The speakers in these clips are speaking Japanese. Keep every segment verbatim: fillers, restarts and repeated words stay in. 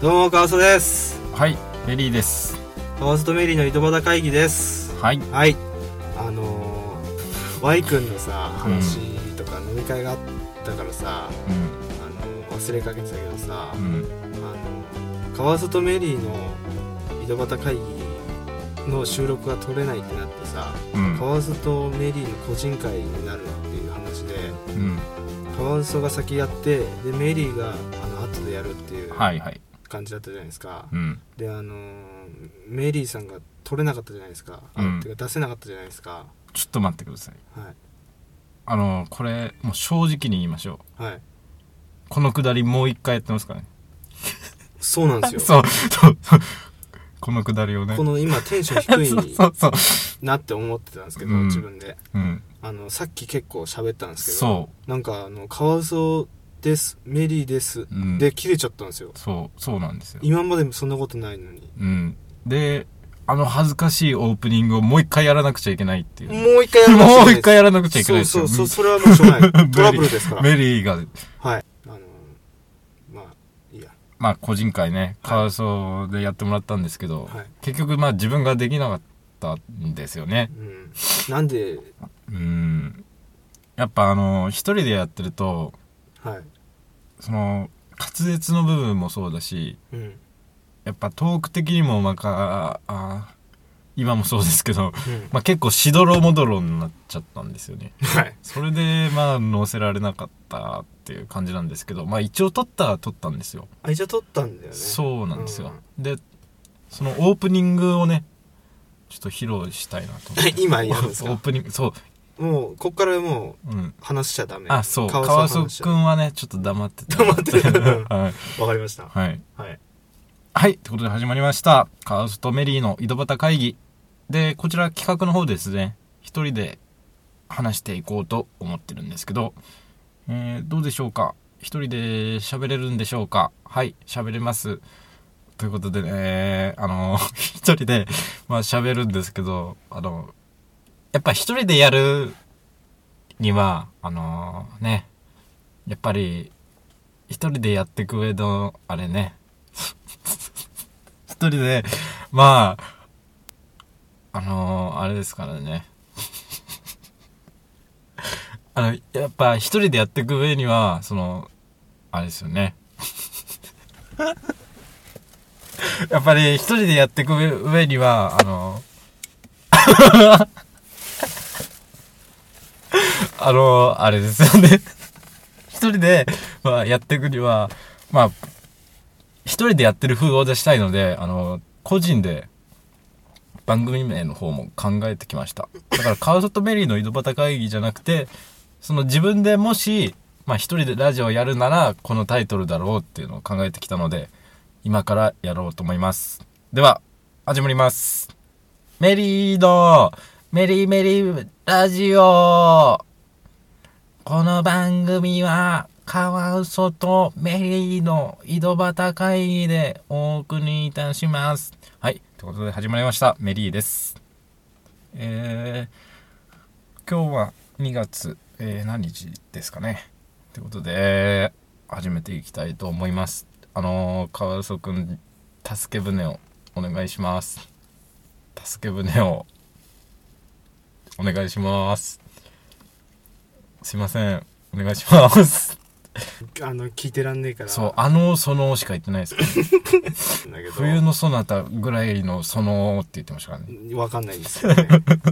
どうも川曽です。 はい、メリーです。 川曽とメリーの井戸端会議です。 はいはいあのー、Y 君のさ話とか飲み会があったからさ、うん、あの忘れかけてたけどさ、うん、あの川曽とメリーの井戸端会議の収録が取れないってなってさ、うん、川曽とメリーの個人会になるっていう話で、うん、川曽が先やってでメリーがあの後でやるっていう感じだったじゃないですか、はいはい、であのー、メリーさんが取れなかったじゃないですか、うん、てか出せなかったじゃないですか。 ちょっと待ってください、はい、あのー、これもう正直に言いましょう、はい、このくだりもう一回やってますかね。 そうなんですよ。 そうそうそうこのくだりをね、 この今テンション低いそうそうなって思ってたんですけど、うん、自分で、うん、あのさっき結構喋ったんですけど、そうなんかあのカワウソですメリーです、うん、で切れちゃったんですよ。 そうそうなんですよ。 今までそんなことないのに、 うん、であの恥ずかしいオープニングをもう一回やらなくちゃいけないっていう、ね、 もう一回やらなくちゃいけないもう一回やらなくちゃいけないですよ。 そうそうそう、それはもうしょうがないトラブルですから。 メリーがはいあのまあいいやまあ個人会ねカワウソでやってもらったんですけど、はい、結局まあ自分ができなかったんですよね、 うん、なんでうんやっぱあの一人でやってると、はい、その滑舌の部分もそうだし、うん、やっぱトーク的にもなんかあ今もそうですけど、うんまあ、結構しどろもどろになっちゃったんですよね、はい、それでまあ載せられなかったっていう感じなんですけど、まあ一応撮ったら撮ったんですよ。 あ一応撮ったんだよね。 そうなんですよ、うん、でそのオープニングをねちょっと披露したいなと思って今やるんですか。 オープニングそうもうこっからもう話しちゃダメ、うん、 あそう川曽くんはねちょっと黙ってて黙っててわ、 はい、 かりました。 はいはいはいってことで始まりました川曽とメリーの井戸端会議で、こちら企画の方ですね一人で話していこうと思ってるんですけど、えー、どうでしょうか。一人で喋れるんでしょうか。はい喋れますということでね、あの一人でまあ喋るんですけど、あのやっぱ一人でやるにはあのー、ねやっぱり一人でやっていく上のあれね一人でまああのー、あれですからねあのやっぱ一人でやっていく上にはそのあれですよねやっぱり一人でやっていく上にはあのあのあれですよね一人で、まあ、やっていくにはまあ一人でやってる風を出したいのであの個人で番組名の方も考えてきました。だから川曽とメリーの井戸端会議じゃなくてその自分でもしまあ一人でラジオやるならこのタイトルだろうっていうのを考えてきたので今からやろうと思います。では始まります。メリーのメリーメリーラジオ。この番組はカワウソとメリーの井戸端会議でお送りいたします。はいということで始まりましたメリーです。えー、今日はにがつ、えー、何日ですかねということで始めていきたいと思います。あのー、カワウソくん助け舟をお願いします。助け舟をお願いします。すいませんお願いしますあの聞いてらんねえからそうあのそのしか言ってないですからね冬のそなたぐらいのそのって言ってましたからね。 わかんないですよね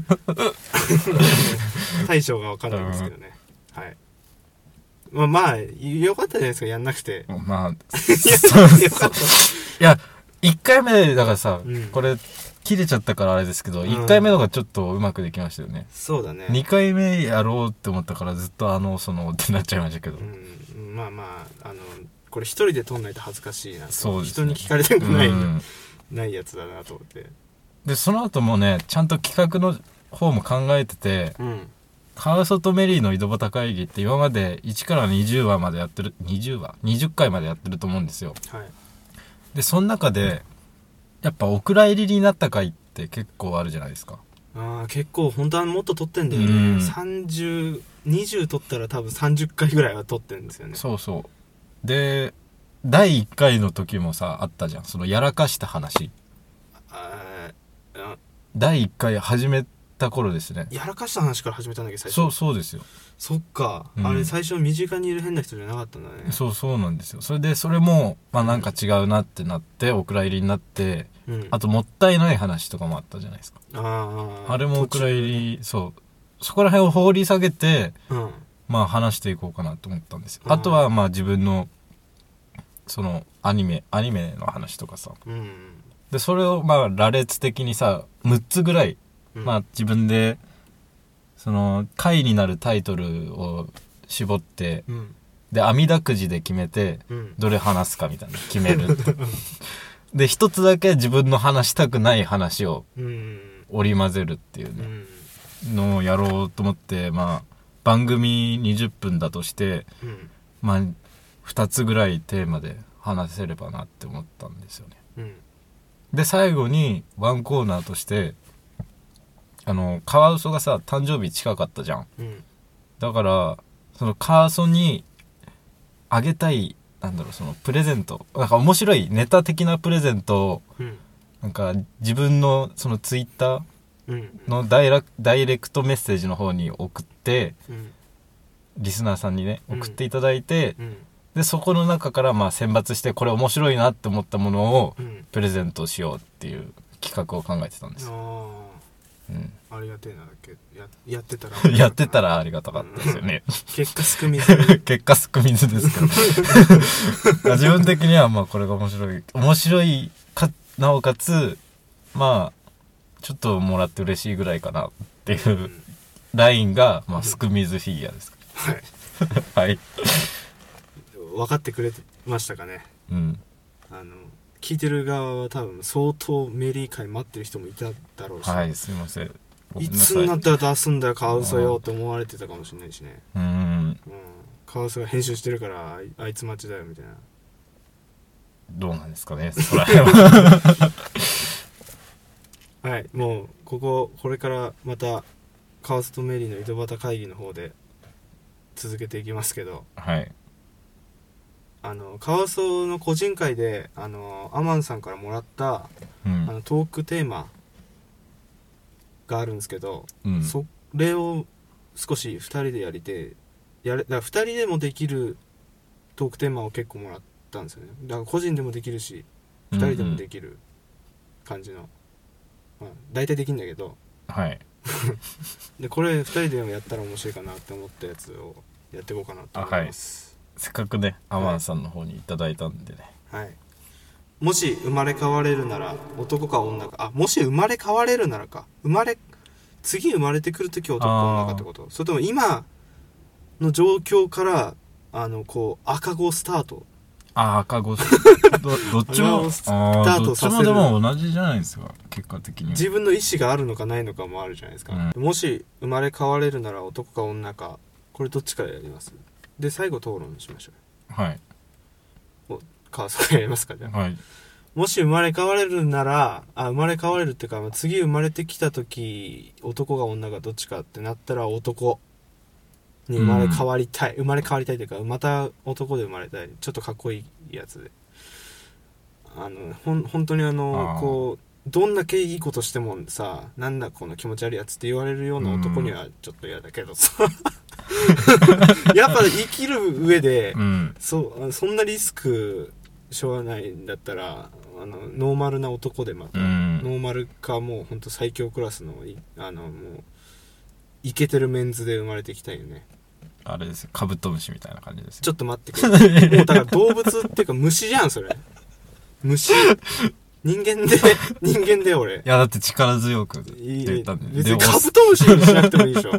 大将がわかんないですけどね、うん、はいまあまあよかったじゃないですかやんなくて。 まあそうよかったいやいっかいめだからさ、うん、これ切れちゃったからあれですけど、うん、いっかいめのがちょっとうまくできましたよね。 そうだね。 にかいめやろうって思ったからずっとあのそのってなっちゃいましたけど、 うん、まあまああのこれ一人で撮んないと恥ずかしいな。そうですね、人に聞かれてもない、うん、ないやつだなと思って。でその後もねちゃんと企画の方も考えてて、うん、カワウソとメリーの井戸端会議って今までいちからにじゅうわまでやってるにじゅうわにじゅっかいまでやってると思うんですよ、はい、でその中でやっぱお蔵入りになった回って結構あるじゃないですか。 ああ結構本当はもっと撮ってんだよね、うん、さんじゅう、にじゅう撮ったら多分さんじゅっかいぐらいは撮ってるんですよね。 そうそうでだいいっかいの時もさあったじゃん、そのやらかした話。 ああだいいっかい始めた頃ですね。 やらかした話から始めたんだけど最初。 そうそうですよ。 そっか、うん、あれ最初身近にいる変な人じゃなかったんだね。 そうそうなんですよ。それでそれもまあなんか違うなってなってお蔵入りになって、うん、あともったいない話とかもあったじゃないですか。あああれもお蔵入り、そうそこら辺を放り下げて、うん、まあ話していこうかなと思ったんですよ。あとはまあ自分のそのアニメアニメの話とかさ、うん、でそれをまあ羅列的にさむっつぐらい、うん、まあ自分でその回になるタイトルを絞って、うん、で網だくじで決めて、うん、どれ話すかみたいな決めるで一つだけ自分の話したくない話を織り交ぜるっていうね、うん、のをやろうと思って、まあ番組にじゅっぷんだとして、うん、まあふたつぐらいテーマで話せればなって思ったんですよね、うん、で最後にワンコーナーとしてあのカワウソがさ誕生日近かったじゃん、うん、だからそのカワウソにあげたいなんだろうそのプレゼントなんか面白いネタ的なプレゼントを、うん、なんか自分のそのツイッターのダイラ、ダイレクトメッセージの方に送って、うん、リスナーさんにね送っていただいて、うん、でそこの中からまあ選抜してこれ面白いなって思ったものをプレゼントしようっていう企画を考えてたんですよ。うん、ありがてえなだっけ や, やってたらやってたらありがたかったですよね結果すく水結果すく水ですけど自分的にはまあこれが面白い面白いかなおかつまあちょっともらって嬉しいぐらいかなっていうラインが、まあ、すく水フィギュアですか、うん、はいはい分かってくれてましたかね。うんあの聞いてる側は多分相当メリー会待ってる人もいただろうし、 はいすいませんいつになったら出すんだよカワウソよって思われてたかもしれないしね。うん、うん、カワウソが編集してるからあいつ待ちだよみたいな。 どうなんですかねそらははいもうこここれからまたカワウソとメリーの井戸端会議の方で続けていきますけど、はいあのカワウソの個人会であのアマンさんからもらった、うん、あのトークテーマがあるんですけど、うん、それを少しふたりでやりてやれだからふたりでもできるトークテーマを結構もらったんですよね。だから個人でもできるしふたりでもできる感じの、うんうんまあ、大体できるんだけど、はい、でこれふたりでもやったら面白いかなって思ったやつをやっていこうかなと思います。 せっかくねアマンさんの方にいただいたんでね、 はい、もし生まれ変われるなら男か女かあもし生まれ変われるならか生まれ次生まれてくるとき男か女かってことそれとも今の状況からあのこう赤子スタートあ赤子ど, どっちもスタートさせるどっちもでも同じじゃないですか結果的に自分の意思があるのかないのかもあるじゃないですか、うん、もし生まれ変われるなら男か女かこれどっちからやりますで最後討論しましょう。はい。お川さんやりますかじゃあ。はい。もし生まれ変われるならあ生まれ変われるっていうか次生まれてきた時男が女がどっちかってなったら男に生まれ変わりたい、うん、生まれ変わりたいというかまた男で生まれたいちょっとかっこいいやつであのほん本当にあのあこうどんだけいいことしてもさなんだこの気持ち悪いやつって言われるような男にはちょっと嫌だけどさ。やっぱ生きる上で、うん、そ, そんなリスクしょうがないんだったらあのノーマルな男でまた、うん、ノーマルかもうほんと最強クラスのあのもうイケてるメンズで生まれていきたいよね。 あれですカブトムシみたいな感じですちょっと待ってくれもうだから動物っていうか虫じゃんそれ虫人間で人間で俺いやだって力強くって言ったんで別にカブトムシにしなくてもいいでしょ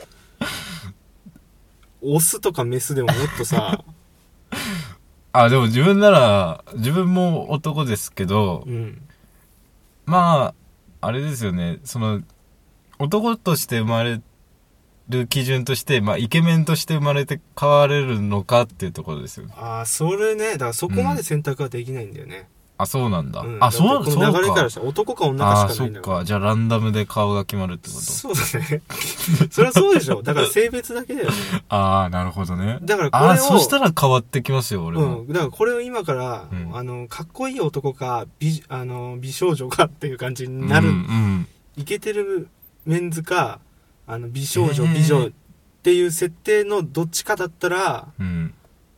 オスとかメスでももっとさあでも自分なら自分も男ですけど、うん、まああれですよねその男として生まれる基準として、まあ、イケメンとして生まれて変われるのかっていうところですよね。 ああそれねだからそこまで選択はできないんだよね、 あ、そうなんだ、 うん、 あ、そうこの流れからしたら男か女かしかないんだから。 あ、そっか。じゃあランダムで顔が決まるってこと？ そうだねそれはそうでしょ。だから性別だけだよねああ、なるほどね。 だからこれを、 あ、そしたら変わってきますよ俺も、 うん、だからこれを今から、うん、あのかっこいい男か 美, あの美少女かっていう感じになる、うんうん、イケてるメンズかあの美少女、えー、美女っていう設定のどっちかだったら、うん、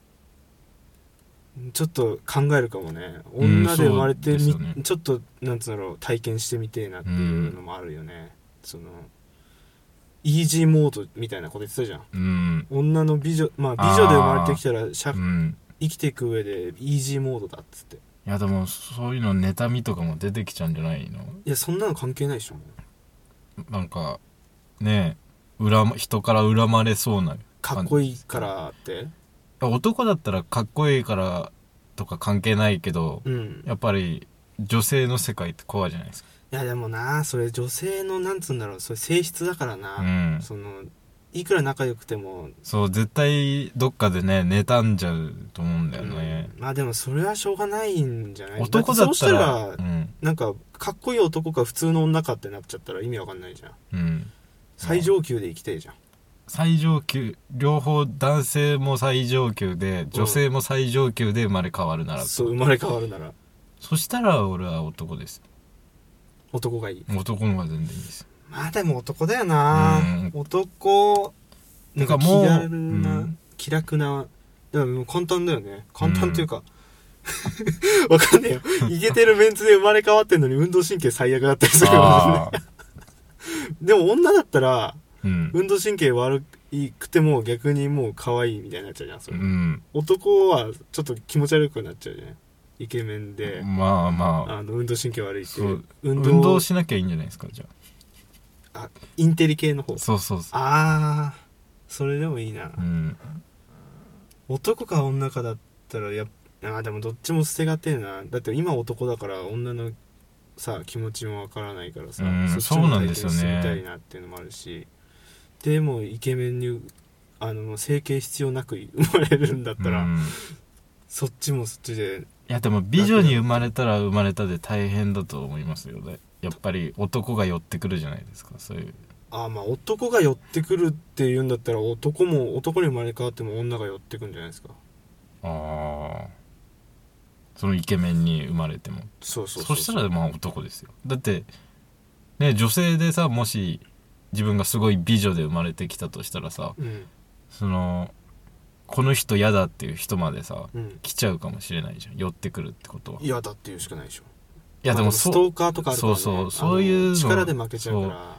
ちょっと考えるかもね。女で生まれてみ、うんね、ちょっとなんつうんだろう、体験してみてえなっていうのもあるよね、うん、そのイージーモードみたいなこと言ってたじゃん、うん、女の美女、まあ美女で生まれてきたらしゃ、うん、生きていく上でイージーモードだっつって。いやでもそういうの妬みとかも出てきちゃうんじゃないの？ いやそんなの関係ないでしょ。 なんかねえ、恨ま人から恨まれそうなかっこいいからって。 男だったらかっこいいからとか関係ないけど、うん、やっぱり女性の世界って怖いじゃないですか。 いやでもな、それ女性のなんつうんだろう、それ性質だからな、うん、そのいくら仲良くてもそう絶対どっかでね妬んじゃうと思うんだよね、 うん、まあでもそれはしょうがないんじゃない？ 男だったら、 そうしたら、うん、なんかかっこいい男か普通の女かってなっちゃったら意味わかんないじゃん、うん、最上級で生きてるじゃん。 最上級、両方男性も最上級で女性も最上級で生まれ変わるなら、うん、 そう生まれ変わるならそしたら俺は男です。 男がいい？ 男の方が全然いいです。 まあでも男だよな、うん、男なんか気軽な、うん、気楽な、だからもう簡単だよね。簡単っていうか、うん、わかんねえよ。イケてるメンツで生まれ変わってんのに運動神経最悪だったりするかもしれないでも女だったら、うん、運動神経悪くても逆にもう可愛いみたいになっちゃうじゃんそれ、うん、男はちょっと気持ち悪くなっちゃうじゃん。イケメンでまあまああの運動神経悪いって運動、運動しなきゃいいんじゃないですか。じゃああインテリ系の方。 そうそうそう。 ああそれでもいいな、うん、男か女かだったらやっあでもどっちも捨てがてえな。だって今男だから女のさ気持ちもわからないからさ、うん、そっちも体験してみたいなっていうのもあるし、でもイケメンにあの整形必要なく生まれるんだったら、うん、そっちもそっちで。 いやでも美女に生まれたら生まれたで大変だと思いますよね。やっぱり男が寄ってくるじゃないですか。そういうああまあ男が寄ってくるっていうんだったら男も男に生まれ変わっても女が寄ってくるんじゃないですか。 ああそのイケメンに生まれてもそうそうそうそう。 そしたらまあ男ですよ。だってね女性でさもし自分がすごい美女で生まれてきたとしたらさ、うん、そのこの人嫌だっていう人までさ、うん、来ちゃうかもしれないじゃん。寄ってくるってことは嫌だっていうしかないでしょ。 いやでも、まあ、 ストーカーとかあるからね。 そうそうそういう力で負けちゃうから。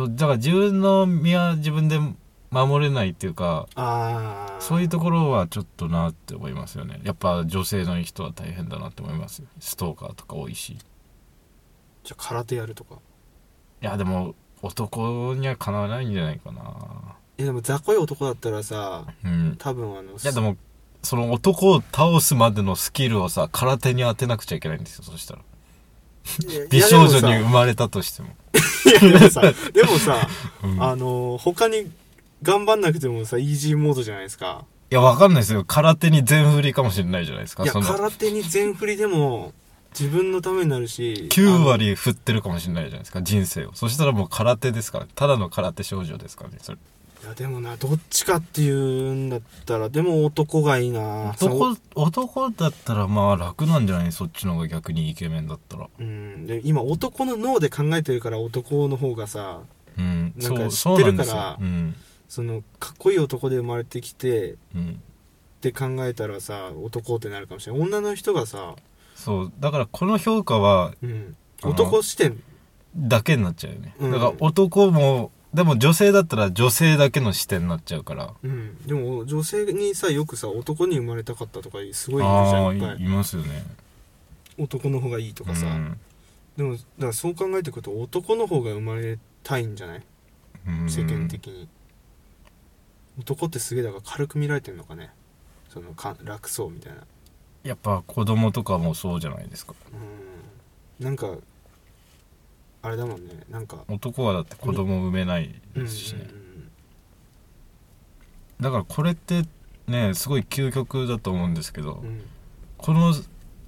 だから自分の身は自分で守れないっていうか、あそういうところはちょっとなって思いますよね。やっぱ女性の人は大変だなって思いますよ。ストーカーとか多いし。 じゃあ空手やるとか。 いやでも男にはかなわないんじゃないかな。 いやでも雑魚い男だったらさ、うん、多分あのいやでもその男を倒すまでのスキルをさ空手に当てなくちゃいけないんですよ。そしたら美少女に生まれたとしてもいやでもさでもさ、うん、あの他に頑張んなくてもさイージーモードじゃないですか。 いやわかんないですよ。空手に全振りかもしれないじゃないですか。 いや空手に全振りでも自分のためになるしきゅうわり振ってるかもしれないじゃないですか人生を。そしたらもう空手ですからただの空手少女ですからねそれ。 いやでもなどっちかっていうんだったらでも男がいいな。 男男だったらまあ楽なんじゃない？そっちの方が逆にイケメンだったら。 うんで今男の脳で考えてるから男の方がさ、うん、なんか知ってるから、うん、そのかっこいい男で生まれてきて、うん、って考えたらさ男ってなるかもしれない。女の人がさそうだからこの評価は、うん、 男視点だけになっちゃうよね、うん、だから男もでも女性だったら女性だけの視点になっちゃうから、 うん、でも女性にさよくさ男に生まれたかったとかすごいいるじゃん。いっぱいい, いますよね。 男の方がいいとかさ、うん、でもだからそう考えてくると男の方が生まれたいんじゃない、うん、世間的に。男ってすげえだから軽く見られてるのかね。そのか楽そうみたいな。 やっぱ子供とかもそうじゃないですか。 うんなんかあれだもんね。なんか男はだって子供産めないですしね、うんうんうん、だからこれってねすごい究極だと思うんですけど、うん、この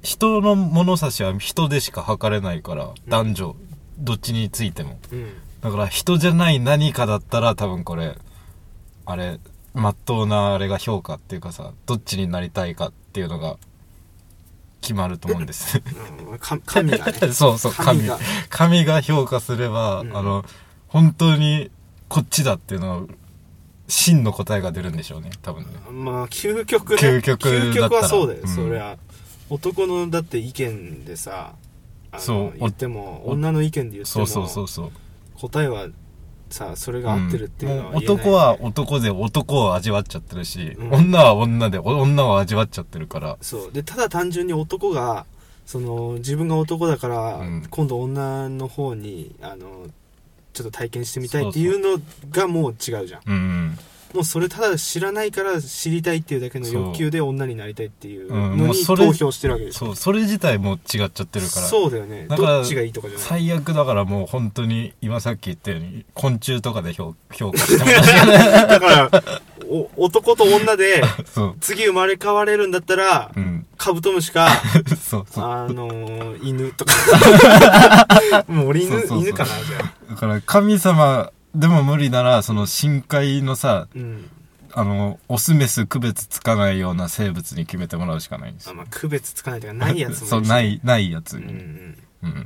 人の物差しは人でしか測れないから、うん、男女どっちについても、うん、だから人じゃない何かだったら多分これあれまっとうなあれが評価っていうかさ、どっちになりたいかっていうのが決まると思うんですうん、神がねそうそう神が神が評価すれば、うん、あの本当にこっちだっていうのは真の答えが出るんでしょうね多分ね。 まあ究極ね、 究極だったら究極はそうだよ、うん、そりゃ男のだって意見でさ、あのそう言っても女の意見で言ってもそうそうそうそう答えはさそれが合ってるっていうのは言えない、ね、うん、男は男で男を味わっちゃってるし、うん、女は女で女を味わっちゃってるから。 そうでただ単純に男がその自分が男だから、うん、今度女の方にあのちょっと体験してみたいっていうのがもう違うじゃん。 そうそう、うん、 もうそれただ知らないから知りたいっていうだけの欲求で女になりたいっていうのに投票してるわけでしょ、 うん、そうそれ自体も違っちゃってるから。 そうだよね。 だからどっちがいいとかじゃない。 最悪だからもう本当に今さっき言ったように昆虫とかで 評, 評価してもらってだからお男と女で次生まれ変われるんだったら、うん、カブトムシかそうそうあのー、犬とかもう俺 犬, そうそうそう犬かなじゃあ。 だから神様でも無理ならその深海のさ、うん、あのオスメス区別つかないような生物に決めてもらうしかないんですよ。 あ、まあ、区別つかないというかないやつもそうないないやつに、 うん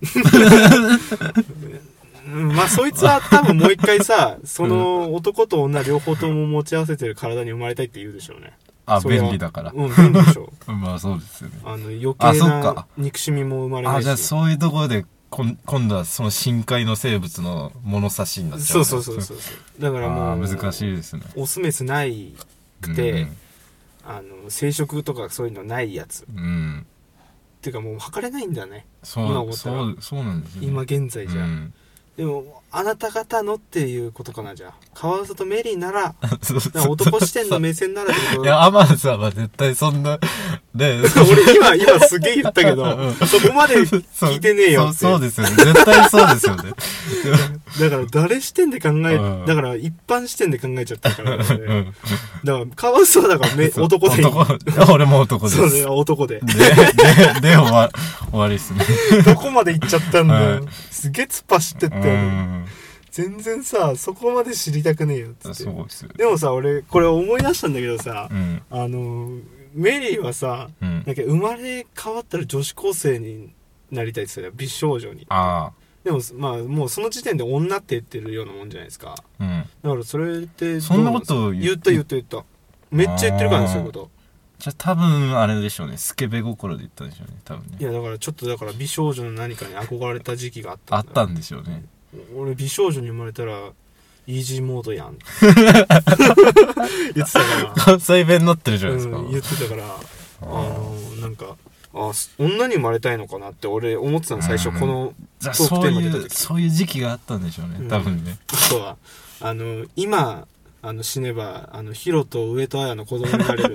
うん、まあそいつは多分もう一回さその男と女両方とも持ち合わせてる体に生まれたいって言うでしょうね。 あ、便利だから。 うん、便利でしょまあそうですよね。 あの余計な憎しみも生まれないし。 あ、じゃあそういうところでこん今度はその深海の生物の物差しになっちゃう。 そうそうそうそう。だからもう難しいですね。 オスメスないくて、うん、あの生殖とかそういうのないやつ。うん。っていうかもう測れないんだね。 そう今思ったらそうそうなんですよ、ね。 今現在じゃ。うん、でもあなた方のっていうことかな。じゃあカワウソとメリーならそうそうそう男視点の目線ならってこと。 いやアマンさんは絶対そんなで俺今今すげえ言ったけど、うん、そこまで聞いてねえよって。 そうそうですよね。絶対そうですよね。 だから誰視点で考え、うん、だから一般視点で考えちゃったから、ね、うん、だからカワウソはだからめ男でいい。 男俺も男です。 そうね、男で。 ででで終わ終わりですね。 どこまで行っちゃったんだよ。うん、すげえ突っ走ってって。うん全然さそこまで知りたくねえよっつって。 そうです。 でもさ俺これ思い出したんだけどさ、うん、あのメリーはさ、うん、なんか生まれ変わったら女子高生になりたいって言ってたよ。美少女に。 あでもまあもうその時点で女って言ってるようなもんじゃないですか、うん、だからそれってそんなこと言った言った言っためっちゃ言ってるからねそういうこと。 じゃあ多分あれでしょうねスケベ心で言ったんでしょうね多分ね。 いやだからちょっとだから美少女の何かに憧れた時期があったんだあったんでしょうね。 俺美少女に生まれたらイージーモードやん言ってたから関西弁になってるじゃないですか、 うん、言ってたからあのなんかあ女に生まれたいのかなって俺思ってたの最初、うん、このトークテーマ出た時そういう時期があったんでしょうね、うん、多分ね。 そうはあの今あの死ねばあのヒロと上戸彩の子供になれる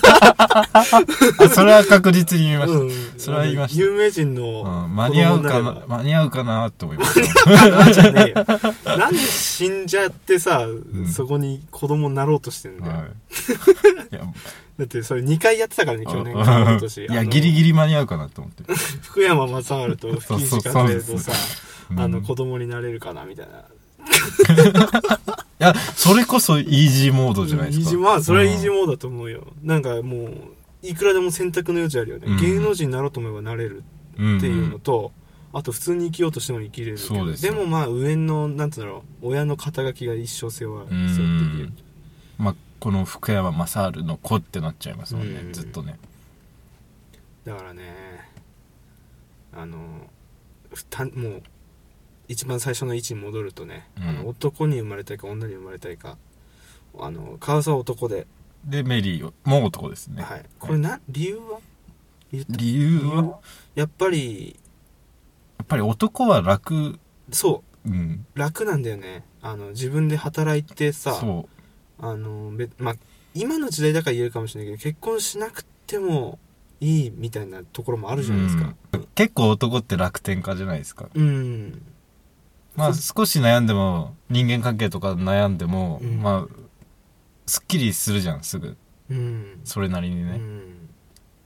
それは確実に言いました、うん、それは言いました。 有名人の、 うん、間に合うかな間に合うかなって思いましたじゃねえよなんで死んじゃってさ、うん、そこに子供になろうとしてんだよ、はい、いやだってそれにかいやってたからね去年今年。 いやギリギリ間に合うかなと思って福山雅治と吹石和恵とさあの子供になれるかなみたいな。 いやそれこそイージーモードじゃないですか。 イージーまあそれはイージーモードだと思うよ、うん、なんかもういくらでも選択の余地あるよね、うん、芸能人になろうと思えばなれるっていうのと、うん、あと普通に生きようとしても生きれるけど で, でもまあ上のなんつうんだろう親の肩書きが一生背負っている。 まあこの福山雅治の子ってなっちゃいますもんね、うん、ずっとね。 だからねあのたもう一番最初の位置に戻るとね、うん、あの男に生まれたいか女に生まれたいかあのカワウソは男ででメリーも男ですね。 はいこれな理由は理由はやっぱりやっぱり男は楽そう、 うん、 楽なんだよね。あの自分で働いてさそうあのべ、まあ、今の時代だから言えるかもしれないけど結婚しなくてもいいみたいなところもあるじゃないですか、 うん、結構男って楽天家じゃないですか。 うんまあ少し悩んでも人間関係とか悩んでも、うん、まあすっきりするじゃんすぐ、うん、それなりにね、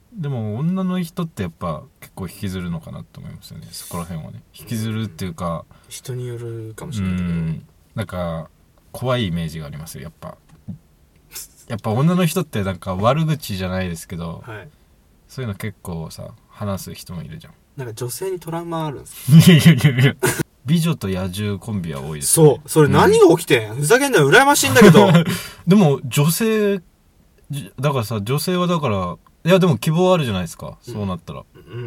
でも女の人ってやっぱ結構引きずるのかなと思いますよね、そこら辺はね。引きずるっていうか、 人によるかもしれないけど、 うんなんか怖いイメージがありますよやっぱ。やっぱ女の人ってなんか悪口じゃないですけど、 はい、 そういうの結構さ話す人もいるじゃん。 なんか女性にトラウマあるんですか？ いやいやいやいや美女と野獣コンビは多いです、 ね、そうそれ何が起きてん、うん、ふざけんなよ、羨ましいんだけどでも女性だからさ、女性はだからいやでも希望あるじゃないですか、うん、そうなったら、うんうん、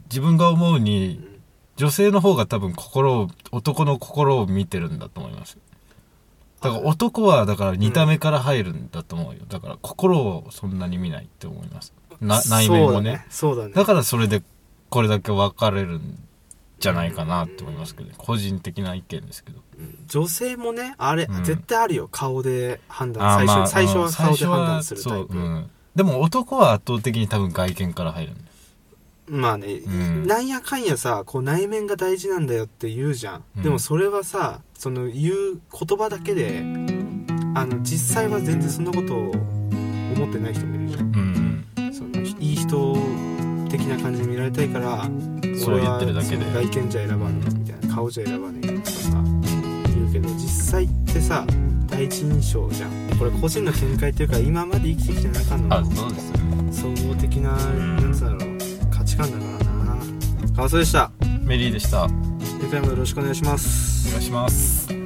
自分が思うに、うん、女性の方が多分心を男の心を見てるんだと思います。だから男はだから見た目から入るんだと思うよ。だから心をそんなに見ないって思います。な内面をね。 そうだね。 だからそれでこれだけ分かれるんじゃないかなって思いますけど、ね、個人的な意見ですけど。 女性もね、あれ、うん、絶対あるよ。顔で判断。最初、 まあ、 最初は顔で判断するタイプ。 そう、うん。でも男は圧倒的に多分外見から入るんだよ。 まあね、うん、なんやかんやさ、こう内面が大事なんだよって言うじゃん、うん、でもそれはさ、その言う言葉だけで、あの実際は全然そんなことを思ってない人もいるじゃん、うんうん、そのいい人的な感じで見られたいから、 そう言ってるだけで外見じゃ選ばねえみたいな、顔じゃ選ばねえとかさ言うけど、実際ってさ第一印象じゃん。これ個人の見解っていうか、今まで生きてきてなかったの、 あ、そうですよね、 総合的な、なんつうだろう、価値観だからな。川添でした。 メリーでした。 次回もよろしくお願いします。 お願いします。